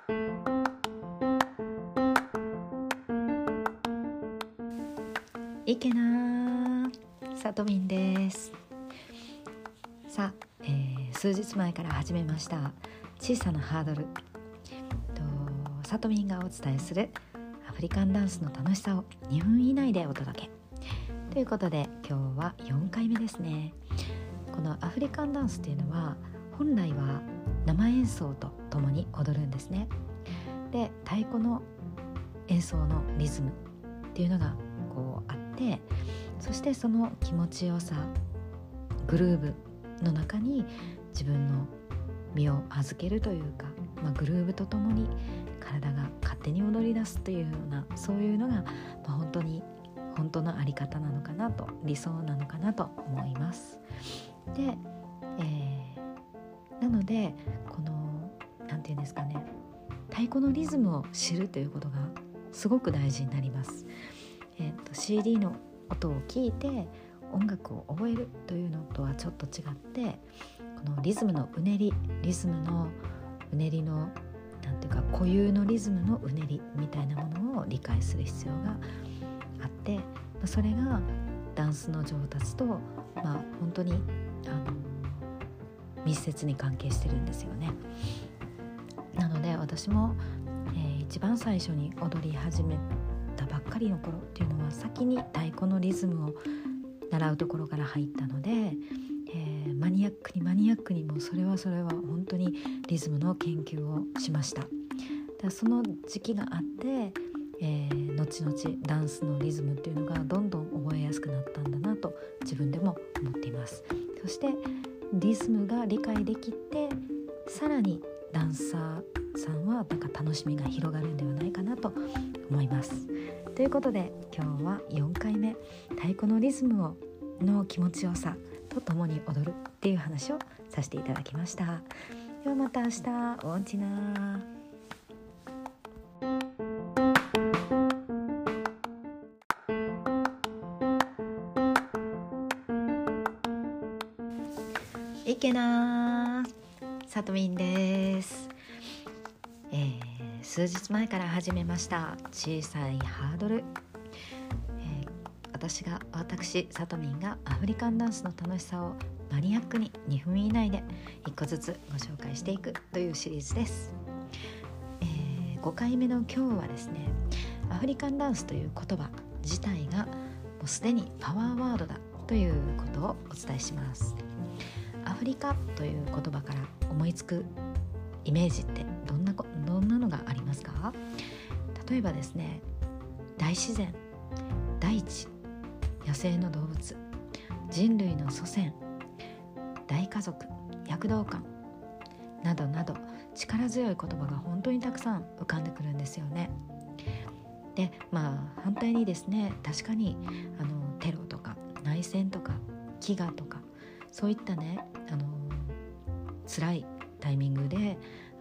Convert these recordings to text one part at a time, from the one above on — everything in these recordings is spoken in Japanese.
いけなさとみんです。さあ、数日前から始めました小さなハードルさとみんがお伝えするアフリカンダンスの楽しさを2分以内でお届けということで、今日は4回目ですね。このアフリカンダンスっていうのは本来は生演奏とともに踊るんですね。で、太鼓の演奏のリズムっていうのがこうあって、そしてその気持ちよさ、グルーブの中に自分の身を預けるというか、グルーブとともに体が勝手に踊り出すというような、そういうのが、本当のあり方なのかなと、理想なのかなと思います。で、なのでこのなんていうんですかね、太鼓のリズムを知るということがすごく大事になります。CD の音を聞いて音楽を覚えるというのとはちょっと違って、このリズムのうねりのなんていうか固有のリズムのうねりみたいなものを理解する必要があって、それがダンスの上達と、本当に密接に関係してるんですよね。なので私も、一番最初に踊り始めたばっかりの頃っていうのは、先に太鼓のリズムを習うところから入ったので、マニアックにもそれは本当にリズムの研究をしました。その時期があって、後々ダンスのリズムっていうのがどんどん覚えやすくなったんだなと自分でも思っています。そしてリズムが理解できて、さらにダンサーさんは楽しみが広がるんではないかなと思います。ということで、今日は4回目、太鼓のリズムの気持ちよさとともに踊るっていう話をさせていただきました。ではまた明日、おんちな。いけなさとみんです。数日前から始めました小さいハードル、私さとみんがアフリカンダンスの楽しさをマニアックに2分以内で1個ずつご紹介していくというシリーズです。5回目の今日はですね、アフリカンダンスという言葉自体がもうすでにパワーワードだということをお伝えします。アフリカという言葉から思いつくイメージってどんなのがありますか？例えばですね、大自然、大地、野生の動物、人類の祖先、大家族、躍動感などなど、力強い言葉が本当にたくさん浮かんでくるんですよね。で、反対にですね、確かにテロとか内戦とか飢餓とか、そういったね、辛いタイミングで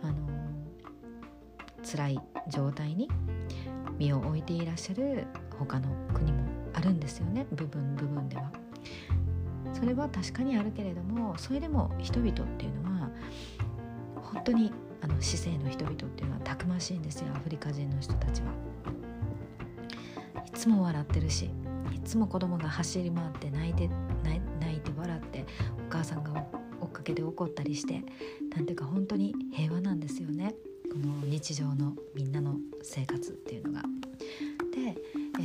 辛い状態に身を置いていらっしゃる他の国もあるんですよね。部分ではそれは確かにあるけれども、それでも人々っていうのは本当に市政の人々っていうのはたくましいんですよ。アフリカ人の人たちはいつも笑ってるし、いつも子供が走り回って泣いて笑って、お母さんが追っかけて怒ったりして、なんていうか本当に平和なんですよね、この日常のみんなの生活っていうのが。で、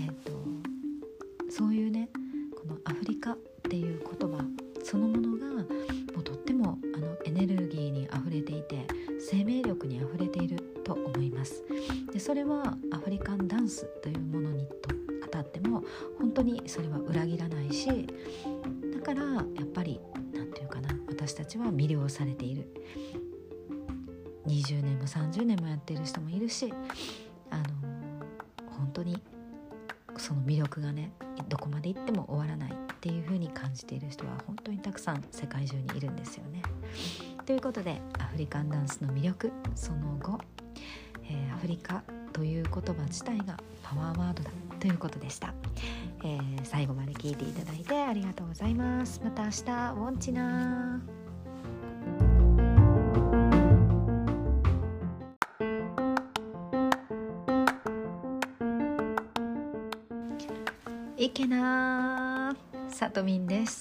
そういうね、このアフリカっていう言葉そのものがもうとってもエネルギーにあふれていて、生命力にあふれていると思います。で、それはアフリカンダンスというものにあたっても本当にそれは裏切らないし、だからやっぱりなんていうかな、私たちは魅了されている。20年も30年もやっている人もいるし、本当にその魅力がね、どこまで行っても終わらないっていう風に感じている人は本当にたくさん世界中にいるんですよね。ということで、アフリカンダンスの魅力その後、アフリカという言葉自体がパワーワードだということでした。最後まで聞いていただいてありがとうございます。また明日、ウォンチナー。 いけなーさとみんです。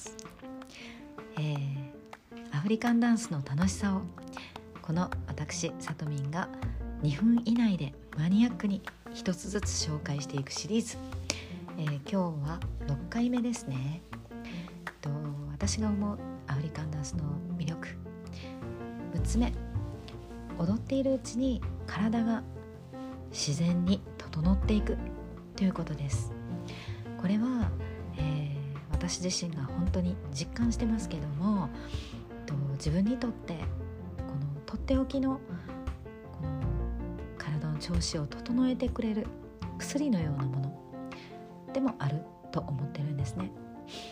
アフリカンダンスの楽しさをこの私さとみんが2分以内でマニアックに一つずつ紹介していくシリーズ、今日は6回目ですね。私が思うアフリカンダンスの魅力6つ目、踊っているうちに体が自然に整っていくということです。これは、私自身が本当に実感してますけども、自分にとってこのとっておきのこの体の調子を整えてくれる薬のようなものでもあると思ってるんですね。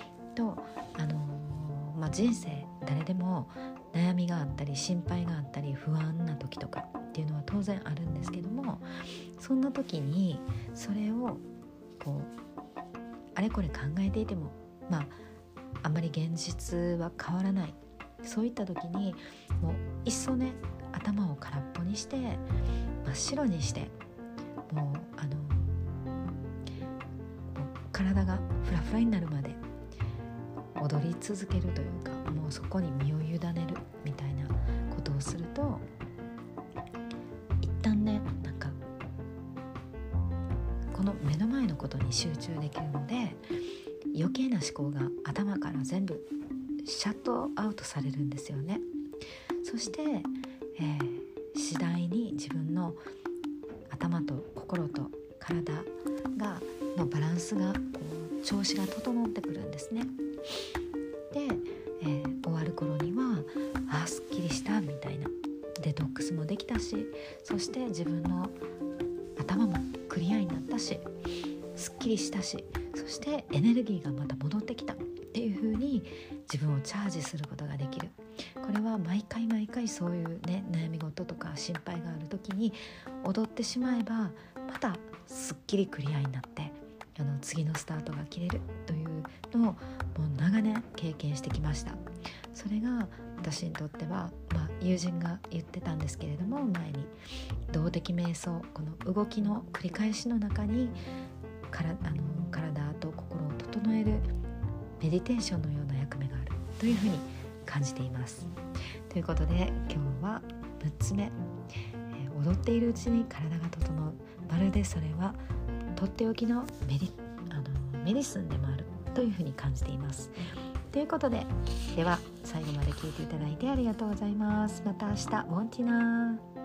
人生誰でも悩みがあったり心配があったり不安な時とかっていうのは当然あるんですけども、そんな時にそれをあれこれ考えていてもあんまり現実は変わらない、そういった時にもういっそね頭を空っぽにして真っ白にしてもう体がフラフラになるまで踊り続けるというか、もうそこに身を委ねるみたいなことをすると、一旦ねこの目の前のことに集中できるので、余計な思考が頭から全部シャットアウトされるんですよね。そして、次第に自分の頭と心と体のバランスが調子が整ってくるんですね。で、終わる頃にはすっきりしたみたいな、デトックスもできたし、そして自分の頭もクリアになったし、すっきりしたし、そしてエネルギーがまた戻ってきたっていう風に自分をチャージすることができる。これは毎回そういうね悩み事とか心配がある時に踊ってしまえばまたすっきりクリアになって次のスタートが切れるというのをもう長年経験してきました。それが私にとっては、友人が言ってたんですけれども、前に動的瞑想、この動きの繰り返しの中に体と心を整えるメディテーションのような役目があるというふうに感じています。ということで今日は6つ目、踊っているうちに体が整う、まるでそれはとっておきのメディスンでもあるというふうに感じています。ということで、では最後まで聞いていただいてありがとうございます。また明日、ボンティナー。